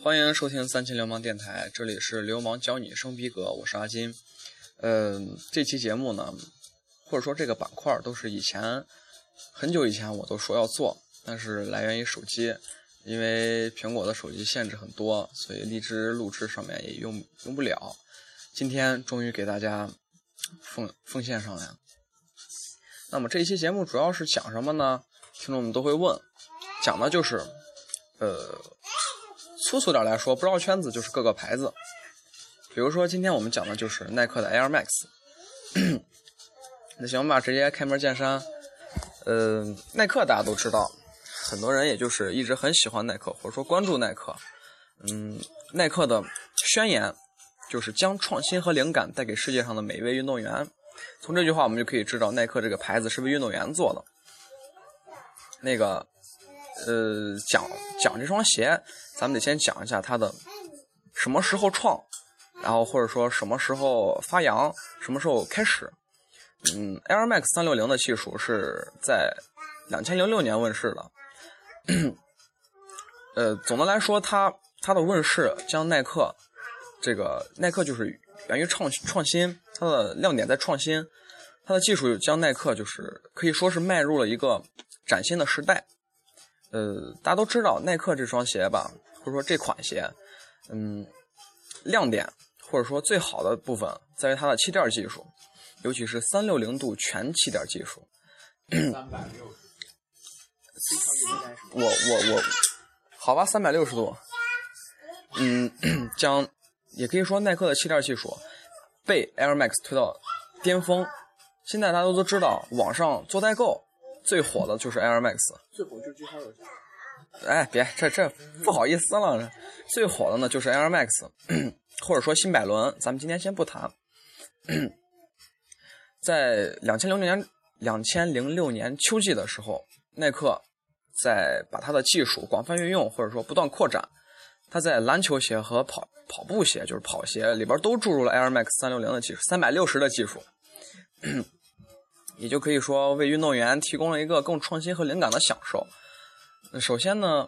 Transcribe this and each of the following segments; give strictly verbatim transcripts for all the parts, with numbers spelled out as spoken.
欢迎收听三秦流氓电台，这里是流氓教你生逼格，我是阿金。呃，这期节目呢，或者说这个板块都是以前很久以前我都说要做，但是来源于手机，因为苹果的手机限制很多，所以荔枝录制上面也用用不了。今天终于给大家奉奉献上来了。那么这一期节目主要是讲什么呢？听众们都会问，讲的就是呃粗粗点来说，不绕圈子就是各个牌子。比如说今天我们讲的就是耐克的 Air Max 那行吧，直接开门见山。呃耐克大家都知道，很多人也就是一直很喜欢耐克，或者说关注耐克。嗯耐克的宣言就是将创新和灵感带给世界上的每一位运动员。从这句话我们就可以知道耐克这个牌子是为运动员做的。那个呃讲讲这双鞋，咱们得先讲一下它的什么时候创，然后或者说什么时候发扬，什么时候开始。嗯 Air Max 三六零的技术是在二零零六年问世的。呃总的来说，它它的问世将耐克这个耐克就是源于创创新，它的亮点在创新，它的技术将耐克就是可以说是迈入了一个崭新的时代。呃，大家都知道耐克这双鞋吧，或者说这款鞋，嗯，亮点或者说最好的部分在于它的气垫技术，尤其是三六零度全气垫技术。 三百六十， 我我我，好吧，三百六十度，嗯，将也可以说耐克的气垫技术被 Air Max 推到巅峰。现在大家都知道，网上做代购最火的就是 Air Max， 最火就是机场有价。 哎，别，这这不好意思了。最火的呢就是 Air Max， 或者说新百伦，咱们今天先不谈。在两千零六年两千零六年秋季的时候，耐克在把它的技术广泛运用，或者说不断扩展。它在篮球鞋和跑跑步鞋，就是跑鞋里边都注入了 Air Max 三六零的技术，三百六十的技术。也就可以说为运动员提供了一个更创新和灵感的享受。首先呢，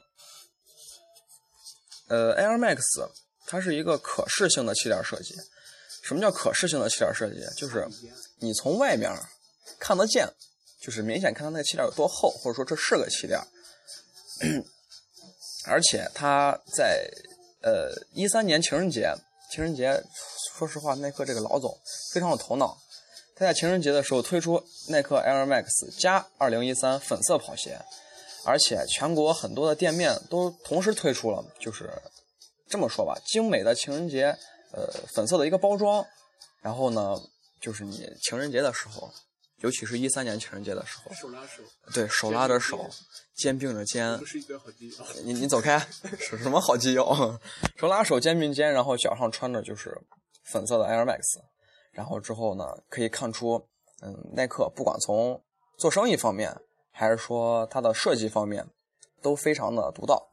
呃 Air Max 它是一个可视性的气垫设计。什么叫可视性的气垫设计？就是你从外面看得见，就是明显看到那个气垫有多厚，或者说这是个气垫。而且它在呃一三年情人节情人节说实话，耐克这个老总非常有头脑。他在情人节的时候推出耐克 Air Max 加二零一三粉色跑鞋，而且全国很多的店面都同时推出了，就是这么说吧，精美的情人节呃粉色的一个包装。然后呢，就是你情人节的时候，尤其是一三年情人节的时候， 手拉手， 对，手拉着手，肩并着肩， 不是一对好基友。 你你走开，是什么好基友？手拉手，肩并肩，然后脚上穿着就是粉色的 Air Max。然后之后呢，可以看出，嗯，耐克不管从做生意方面，还是说它的设计方面，都非常的独到。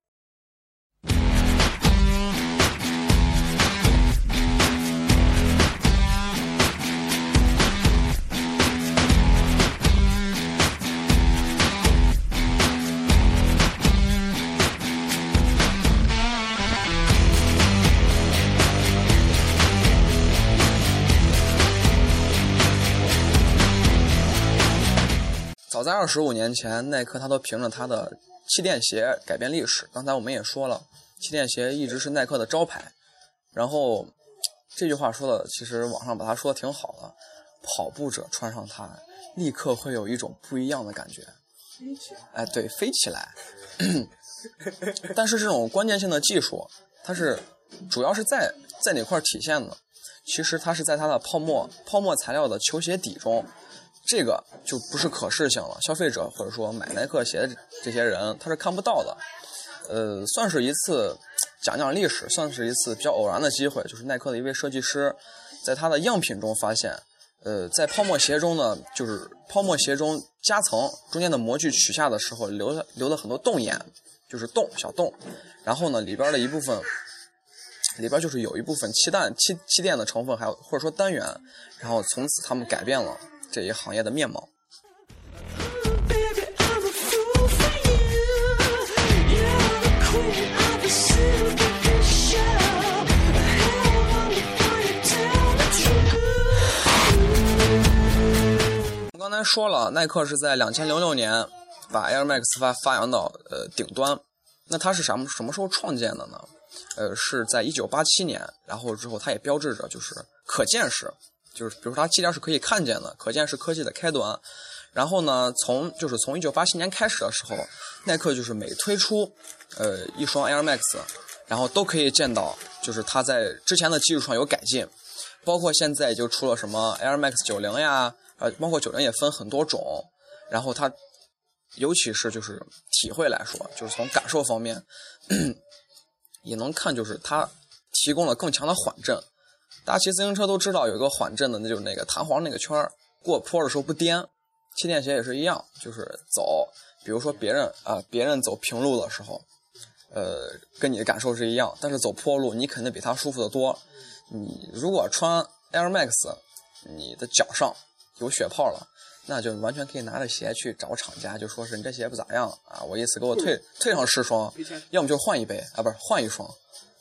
早在二十五年前，耐克它都凭着它的气垫鞋改变历史。刚才我们也说了，气垫鞋一直是耐克的招牌。然后这句话说的，其实网上把它说的挺好的，跑步者穿上它，立刻会有一种不一样的感觉。 飞起来， 哎，对，飞起来。但是这种关键性的技术，它是主要是在在哪块体现的？其实它是在它的泡沫泡沫材料的球鞋底中。这个就不是可视性了，消费者或者说买耐克鞋的这些人他是看不到的。呃，算是一次讲讲历史，算是一次比较偶然的机会，就是耐克的一位设计师在他的样品中发现，呃，在泡沫鞋中呢，就是泡沫鞋中夹层中间的模具取下的时候留了留了很多洞眼，就是洞小洞，然后呢里边的一部分里边就是有一部分气蛋气气垫的成分，还有或者说单元，然后从此他们改变了这一行业的面貌。 Baby, I'm a fool for you. You're the queen of the super 说了，耐克是在两千零六年把 Air Max 发发扬到呃顶端。那它是什么什么时候创建的呢？呃，是在一九八七年，然后之后它也标志着就是可见式，就是比如说它气垫是可以看见的，可见是科技的开端。然后呢，从就是从一九八七年开始的时候，耐克就是每推出呃一双 Air Max， 然后都可以见到就是它在之前的基础上有改进，包括现在就出了什么 Air Max 九十呀，呃，包括九十也分很多种，然后它尤其是就是体会来说，就是从感受方面也能看，就是它提供了更强的缓震。大家骑自行车都知道有一个缓震的，那就是那个弹簧那个圈儿，过坡的时候不颠。气垫鞋也是一样，就是走，比如说别人啊、呃，别人走平路的时候，呃，跟你的感受是一样，但是走坡路你肯定比他舒服得多。你如果穿 Air Max， 你的脚上有血泡了，那就完全可以拿着鞋去找厂家，就说是你这鞋不咋样啊，我意思给我退退上十双，要么就换一杯啊，不是换一双。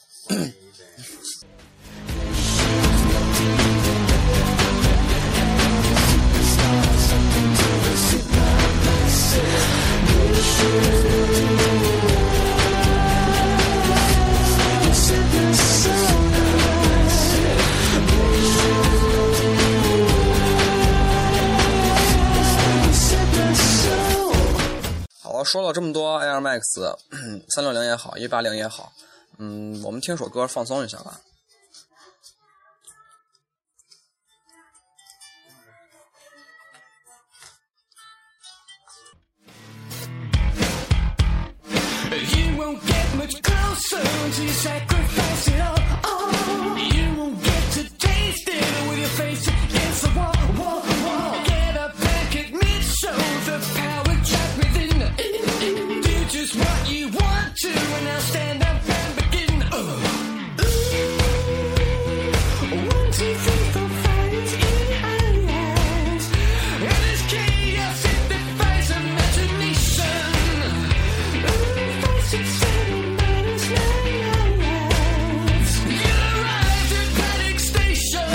好了，说了这么多 Air Max， 三六零也好，一八零也好，嗯，我们听首歌放松一下吧。 You won't get much closer until you sacrifice it all. Oh, you won't get to taste it with your face against the wall. Wall, wall. Get up and admit, show the power trapped within. Do just what you want to, and now stand up and begin. Uh. One, two, three, four, five is in your eyes. And this chaos, it defies imagination. Six, seven, minus nine lives. You arrived at Panic Station.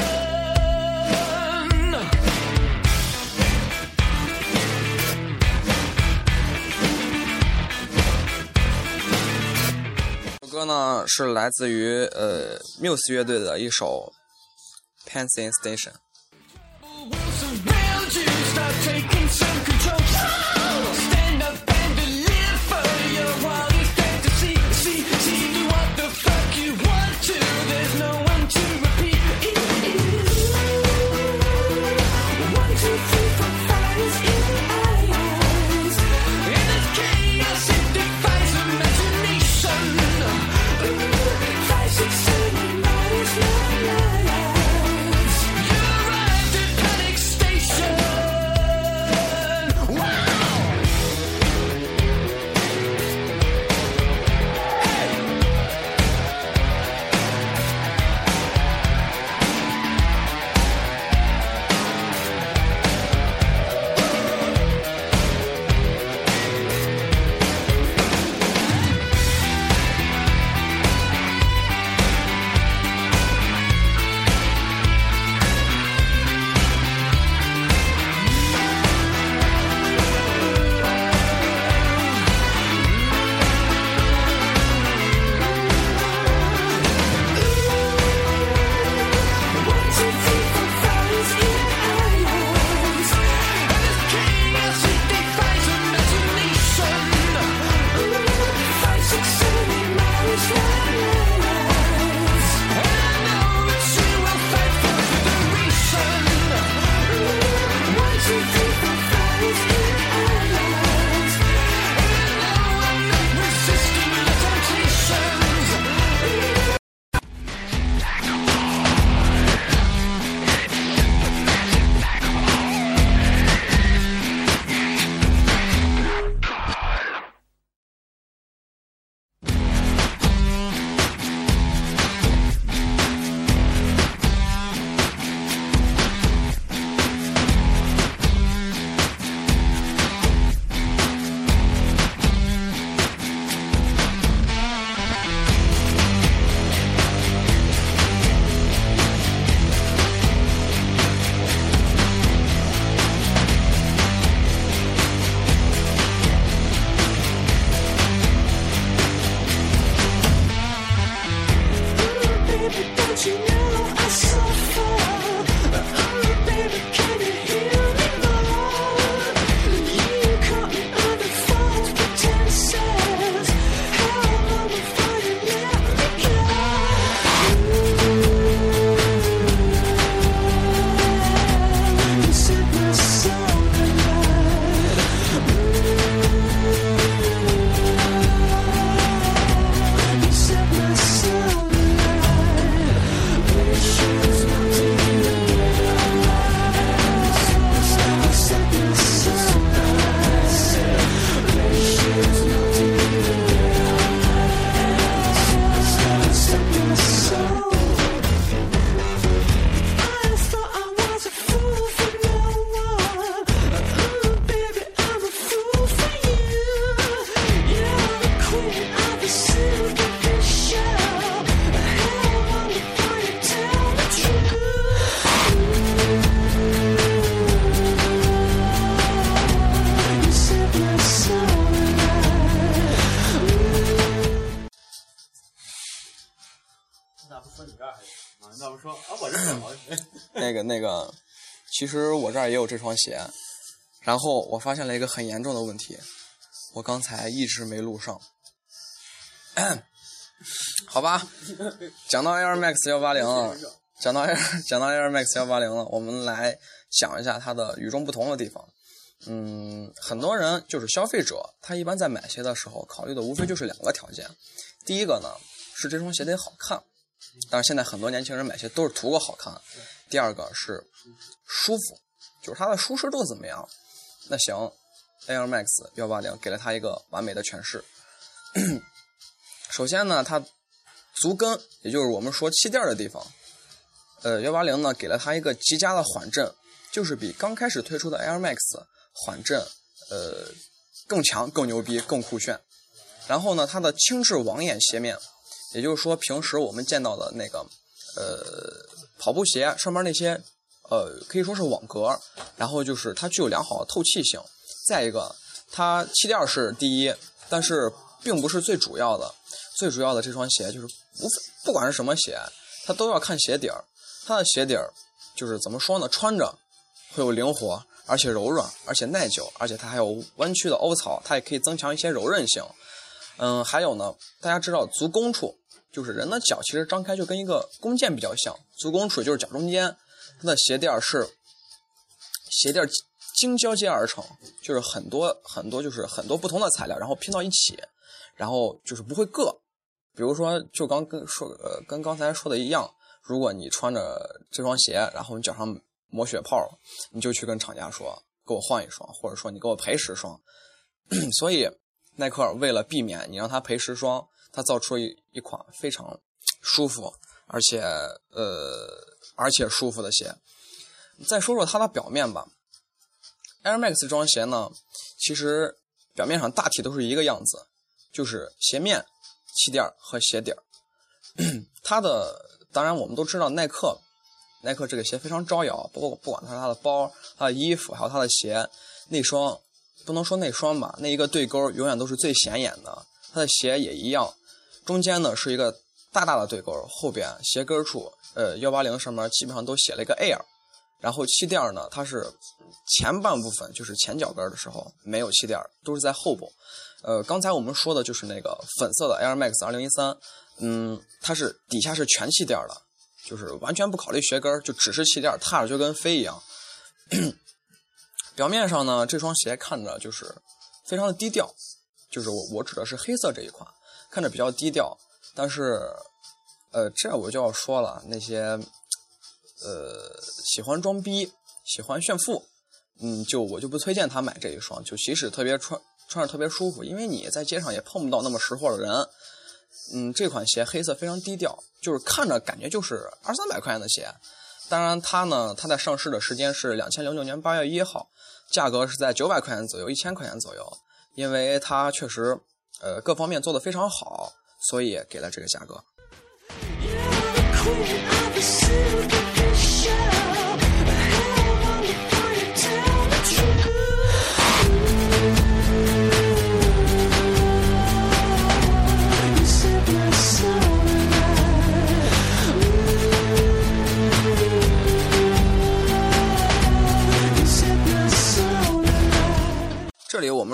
这首歌呢是来自于呃 Muse 乐队的一首 Panic Station。 那不说啊，我这好那个那个，其实我这儿也有这双鞋，然后我发现了一个很严重的问题，我刚才一直没录上。好吧，讲到 Air Max 一八零了，讲到 Air 讲到 Air Max 一八零了，我们来讲一下它的与众不同的地方。嗯，很多人就是消费者，他一般在买鞋的时候考虑的无非就是两个条件，第一个呢是这双鞋得好看。但是现在很多年轻人买鞋都是图个好看。第二个是舒服，就是它的舒适度怎么样。那行 Air Max 一八零给了它一个完美的诠释。首先呢，它足跟，也就是我们说气垫的地方，呃一八零呢给了它一个极佳的缓震，就是比刚开始推出的 Air Max 缓震呃更强、更牛逼、更酷炫。然后呢，它的轻质网眼鞋面，也就是说平时我们见到的那个呃跑步鞋上面那些呃可以说是网格，然后就是它具有良好的透气性。再一个，它气垫是第一，但是并不是最主要的，最主要的这双鞋就是不不管是什么鞋，它都要看鞋底儿。它的鞋底儿就是怎么说呢，穿着会有灵活，而且柔软，而且耐久，而且它还有弯曲的凹槽，它也可以增强一些柔韧性。嗯，还有呢，大家知道足弓处，就是人的脚其实张开就跟一个弓箭比较像，足弓处就是脚中间，它的鞋垫是鞋垫精交接而成，就是很多很多就是很多不同的材料，然后拼到一起，然后就是不会硌。比如说，就刚跟说呃跟刚才说的一样，如果你穿着这双鞋，然后你脚上磨血泡，你就去跟厂家说给我换一双，或者说你给我赔十双。所以耐克为了避免你让他赔十双，他造出一一款非常舒服而且呃而且舒服的鞋。再说说它的表面吧。Air Max 这双鞋呢，其实表面上大体都是一个样子，就是鞋面、气垫和鞋底儿。它的当然我们都知道耐克耐克这个鞋非常招摇，不过不管它是它的包、它的衣服还有它的鞋，那双不能说内双吧，那一个对勾永远都是最显眼的。它的鞋也一样，中间呢是一个大大的对勾，后边鞋跟处呃一八零上面基本上都写了一个 Air。然后气垫呢，它是前半部分，就是前脚跟的时候没有气垫，都是在后部。呃，刚才我们说的就是那个粉色的 Air Max 二零一三，嗯，它是底下是全气垫的，就是完全不考虑鞋跟，就只是气垫，踏着就跟飞一样。表面上呢，这双鞋看着就是非常的低调，就是我我指的是黑色这一款，看着比较低调。但是，呃，这我就要说了，那些。呃，喜欢装逼、喜欢炫富，嗯，就我就不推荐他买这一双。就即使特别穿穿着特别舒服，因为你在街上也碰不到那么识货的人。嗯，这款鞋黑色非常低调，就是看着感觉就是二三百块钱的鞋。当然，它呢，它在上市的时间是两千零九年八月一号，价格是在九百块钱左右，一千块钱左右。因为它确实呃各方面做得非常好，所以给了这个价格。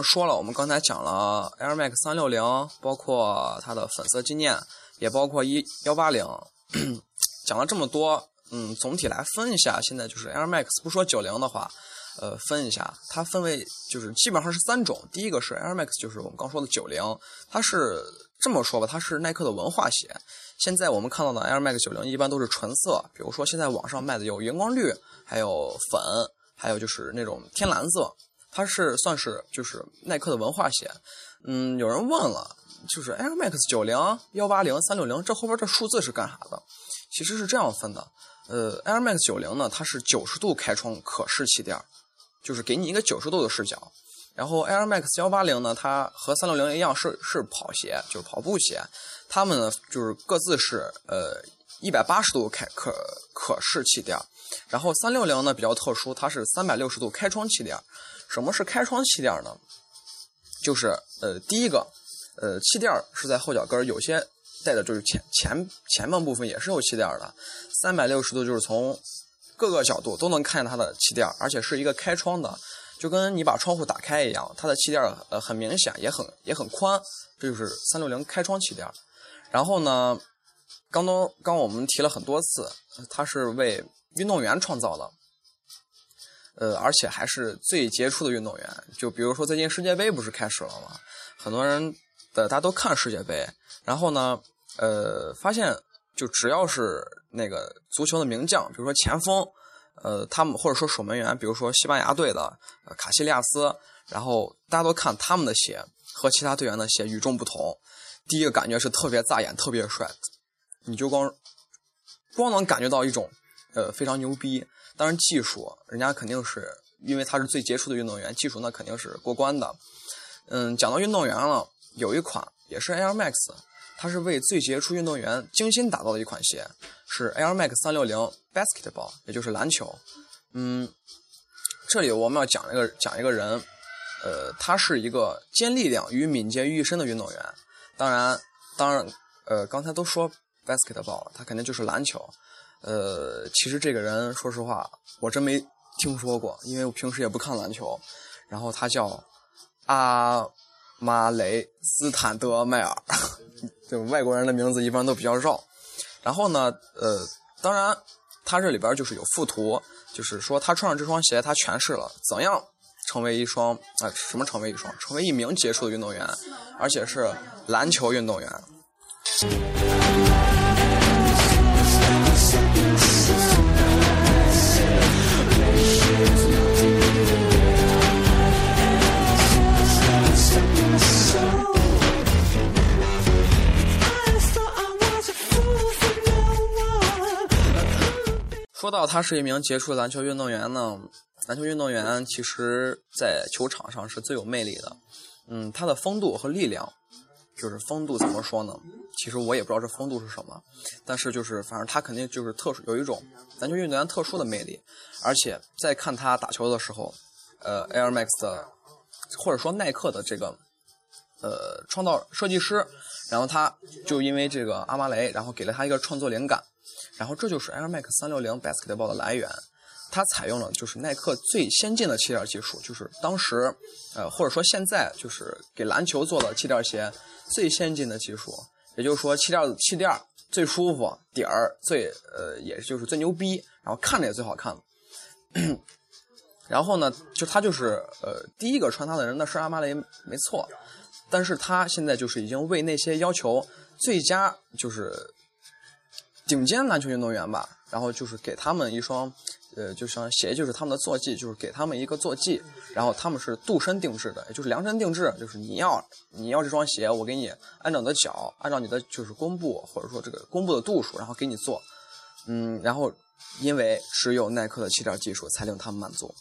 说了，我们刚才讲了 Air Max 三六零，包括它的粉色纪念，也包括一一八零，讲了这么多，嗯，总体来分一下，现在就是 Air Max， 不说九零的话，呃，分一下，它分为就是基本上是三种。第一个是 Air Max， 就是我们刚说的九零，它是这么说吧，它是耐克的文化鞋。现在我们看到的 Air Max 九零一般都是纯色，比如说现在网上卖的有荧光绿，还有粉，还有就是那种天蓝色，它是算是就是耐克的文化鞋。嗯，有人问了，就是 Air Max 九零、一八零、三六零这后边这数字是干啥的？其实是这样分的。呃 ，Air Max 九零呢，它是九十度开窗可视气垫，就是给你一个九十度的视角。然后 Air Max 一八零呢，它和三六零一样是是跑鞋，就是跑步鞋。它们呢就是各自是呃一百八十度开可可视气垫。然后三六零呢比较特殊，它是三百六十度开窗气垫。什么是开窗气垫呢？就是呃第一个呃气垫是在后脚跟，有些带的就是前前前半部分也是有气垫的。三百六十度就是从各个角度都能看见它的气垫，而且是一个开窗的，就跟你把窗户打开一样，它的气垫呃很明显，也很也很宽，这就是三六零开窗气垫。然后呢，刚都刚我们提了很多次，它是为运动员创造的，呃，而且还是最杰出的运动员。就比如说最近世界杯不是开始了吗？很多人的大家都看世界杯，然后呢，呃，发现就只要是那个足球的名将，比如说前锋，呃，他们或者说守门员，比如说西班牙队的、呃、卡西利亚斯，然后大家都看他们的鞋和其他队员的鞋与众不同。第一个感觉是特别扎眼，特别帅，你就光光能感觉到一种呃非常牛逼。当然技术人家肯定是因为他是最杰出的运动员，技术那肯定是过关的。嗯，讲到运动员了，有一款也是 Air Max， 它是为最杰出运动员精心打造的一款鞋，是 Air Max 三六零 Basketball， 也就是篮球。嗯，这里我们要讲一个讲一个人，呃，他是一个兼力量与敏捷于一身的运动员。当然，当然，呃，刚才都说 basketball 了，他肯定就是篮球。呃，其实这个人，说实话，我真没听说过，因为我平时也不看篮球。然后他叫阿马雷斯坦德迈尔，就外国人的名字一般都比较绕。然后呢，呃，当然，他这里边就是有附图，就是说他穿上这双鞋，他诠释了怎样成为一双啊、呃，什么成为一双，成为一名杰出的运动员，而且是篮球运动员。说到他是一名杰出的篮球运动员呢，篮球运动员其实在球场上是最有魅力的。嗯，他的风度和力量，就是风度怎么说呢？其实我也不知道这风度是什么，但是就是反正他肯定就是特殊，有一种篮球运动员特殊的魅力。而且在看他打球的时候，呃 Air Max 的或者说耐克的这个呃创造设计师，然后他就因为这个阿马雷，然后给了他一个创作灵感，然后这就是 Air Max 三六零 Basketball 的来源。它采用了就是耐克最先进的气垫技术，就是当时呃或者说现在就是给篮球做的气垫鞋最先进的技术，也就是说气垫气垫最舒服，底儿最呃也就是最牛逼，然后看着也最好看。然后呢，就他就是呃第一个穿它的人，那是阿马雷没错，但是他现在就是已经为那些要求最佳就是顶尖篮球运动员吧，然后就是给他们一双呃，就像鞋就是他们的坐骑，就是给他们一个坐骑，然后他们是度身定制的，也就是量身定制，就是你要你要这双鞋，我给你按照你的脚，按照你的就是弓步或者说这个弓步的度数，然后给你做。嗯，然后因为只有耐克的气垫技术才令他们满足。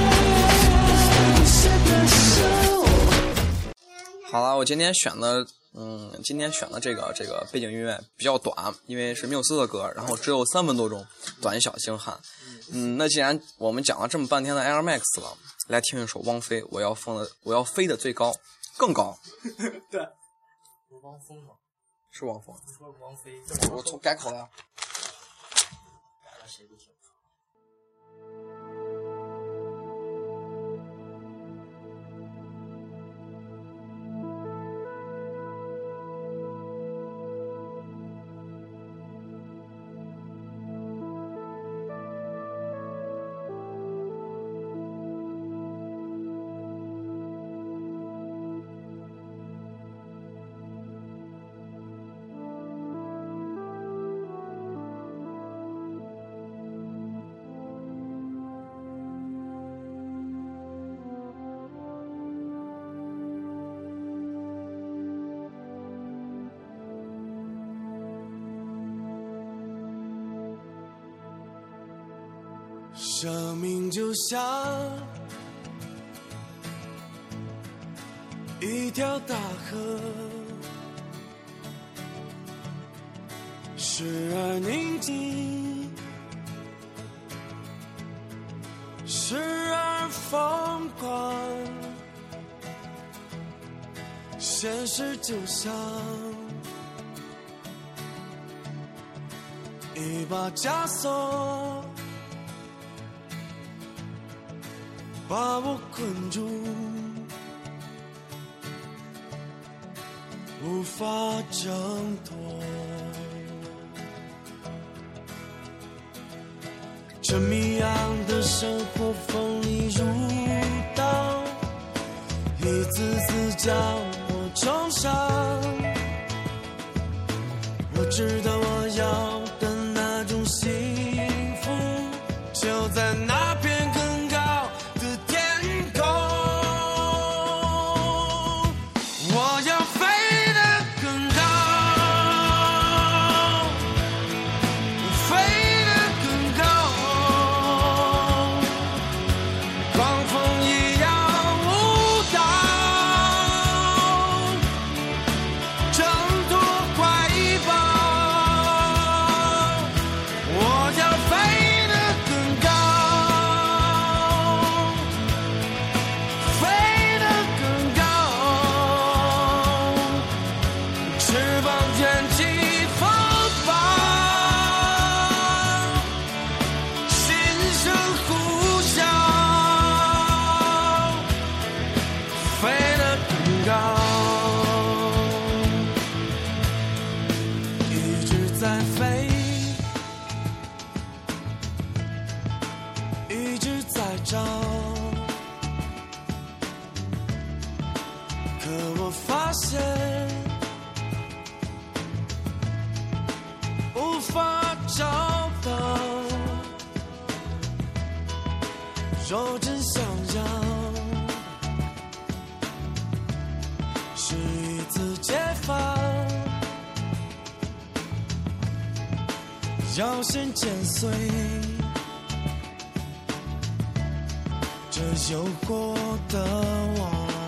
好了，我今天选的嗯，今天选的这个这个背景音乐比较短，因为是缪斯的歌，然后只有三分多钟，短小精悍。嗯，那既然我们讲了这么半天的 Air Max 了，来听一首汪飞，我要疯的，我要飞得最高，更高。 对，不是汪峰吗？ 是汪峰。 你说王菲， 我从改口了。 改了谁不听？ 生命就像一条大河，时而宁静，时而疯狂。现实就像一把枷锁，把我困住，无法挣脱。这谜样的生活锋利如刀，一次次将我重伤。我知道我要的那种幸福，就在那片更高的天空。我要飞得更高，飞得更高，狂风一样舞蹈，挣脱怀抱。我要飞得更高，飞得更高，翅膀卷起风暴，心声呼啸，飞得更高，一直在飞，一直在找，可我发现无法找到。若真想要，是一次解放，要先剪碎这诱惑的网。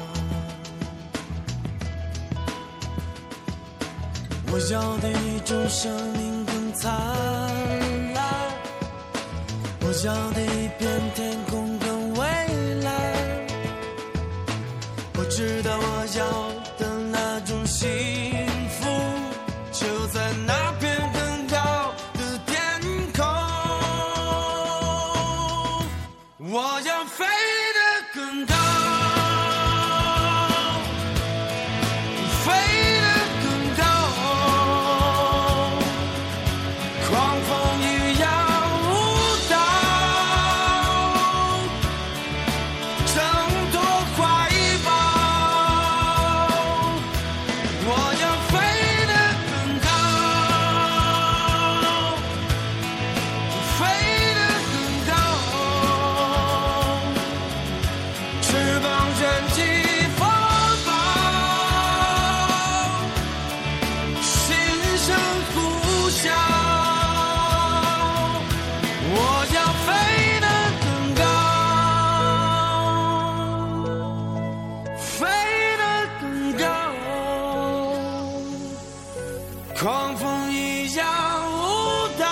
我要的一种生命更灿烂，我要的一片天空更蔚蓝。我知道我要的那种幸福，就在那片更高的天空。我要飞得更高，飞得更高，狂风一样舞蹈， 狂风一样舞蹈，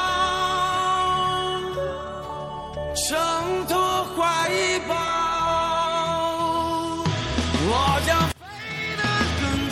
挣脱怀抱，我将飞得更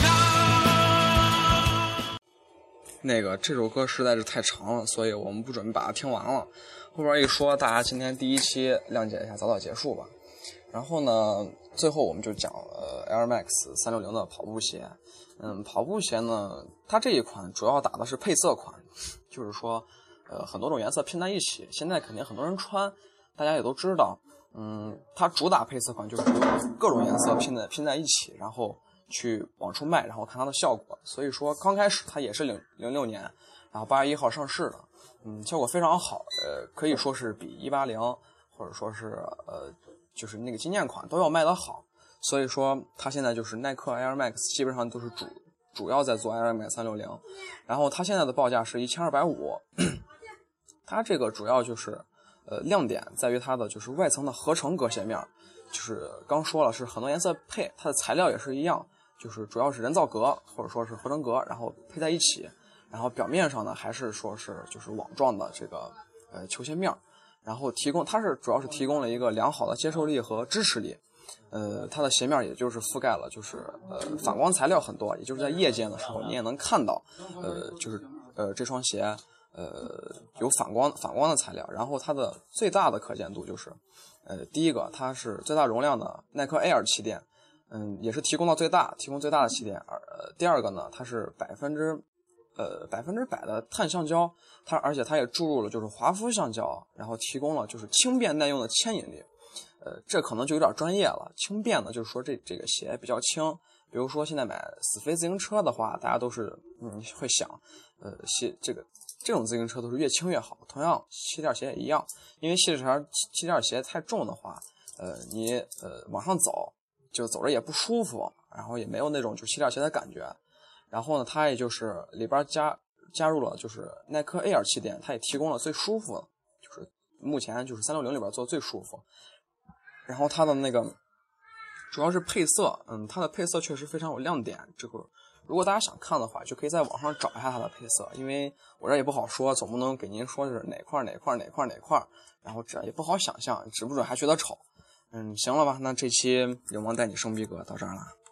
高。 那个这首歌实在是太长了，所以我们不准备把它听完了。后边一说，大家今天第一期谅解一下，早早结束吧。然后呢，最后我们就讲呃 Air Max 三六零的跑步鞋。嗯，跑步鞋呢，它这一款主要打的是配色款，就是说，呃，很多种颜色拼在一起。现在肯定很多人穿，大家也都知道。嗯，它主打配色款就是各种颜色拼在拼在一起，然后去往出卖，然后看它的效果。所以说，刚开始它也是零零六年，然后八月一号上市的，嗯，效果非常好，呃，可以说是比一八零或者说是呃，就是那个纪念款都要卖得好。所以说，它现在就是耐克 Air Max 基本上都是主主要在做 Air Max 三六零，然后它现在的报价是一千二百五十，它这个主要就是呃亮点在于它的就是外层的合成革鞋面，就是刚说了是很多颜色配，它的材料也是一样，就是主要是人造革或者说是合成革，然后配在一起，然后表面上呢还是说是就是网状的这个呃球鞋面，然后提供它是主要是提供了一个良好的接受力和支持力。呃，它的鞋面也就是覆盖了，就是呃反光材料很多，也就是在夜间的时候你也能看到，呃，就是呃这双鞋呃有反光反光的材料，然后它的最大的可见度就是，呃，第一个它是最大容量的耐克 Air 气垫，嗯，也是提供到最大提供最大的气垫，而呃第二个呢，它是百分之呃百分之百的碳橡胶，它而且它也注入了就是华夫橡胶，然后提供了就是轻便耐用的牵引力。呃，这可能就有点专业了。轻便呢，就是说这这个鞋比较轻。比如说现在买死飞自行车的话，大家都是嗯会想，呃，鞋这个这种自行车都是越轻越好。同样，气垫鞋也一样，因为气垫气垫鞋太重的话，呃，你呃往上走就走着也不舒服，然后也没有那种就气垫鞋的感觉。然后呢，它也就是里边加加入了就是耐克 Air 气垫，它也提供了最舒服的，就是目前就是三六零里边做的最舒服。然后它的那个主要是配色，嗯，它的配色确实非常有亮点。这个如果大家想看的话，就可以在网上找一下它的配色，因为我这也不好说，总不能给您说是哪块哪块哪块哪块，然后这也不好想象，指不准还觉得丑。嗯，行了吧，那这期流氓带你生逼哥到这儿了。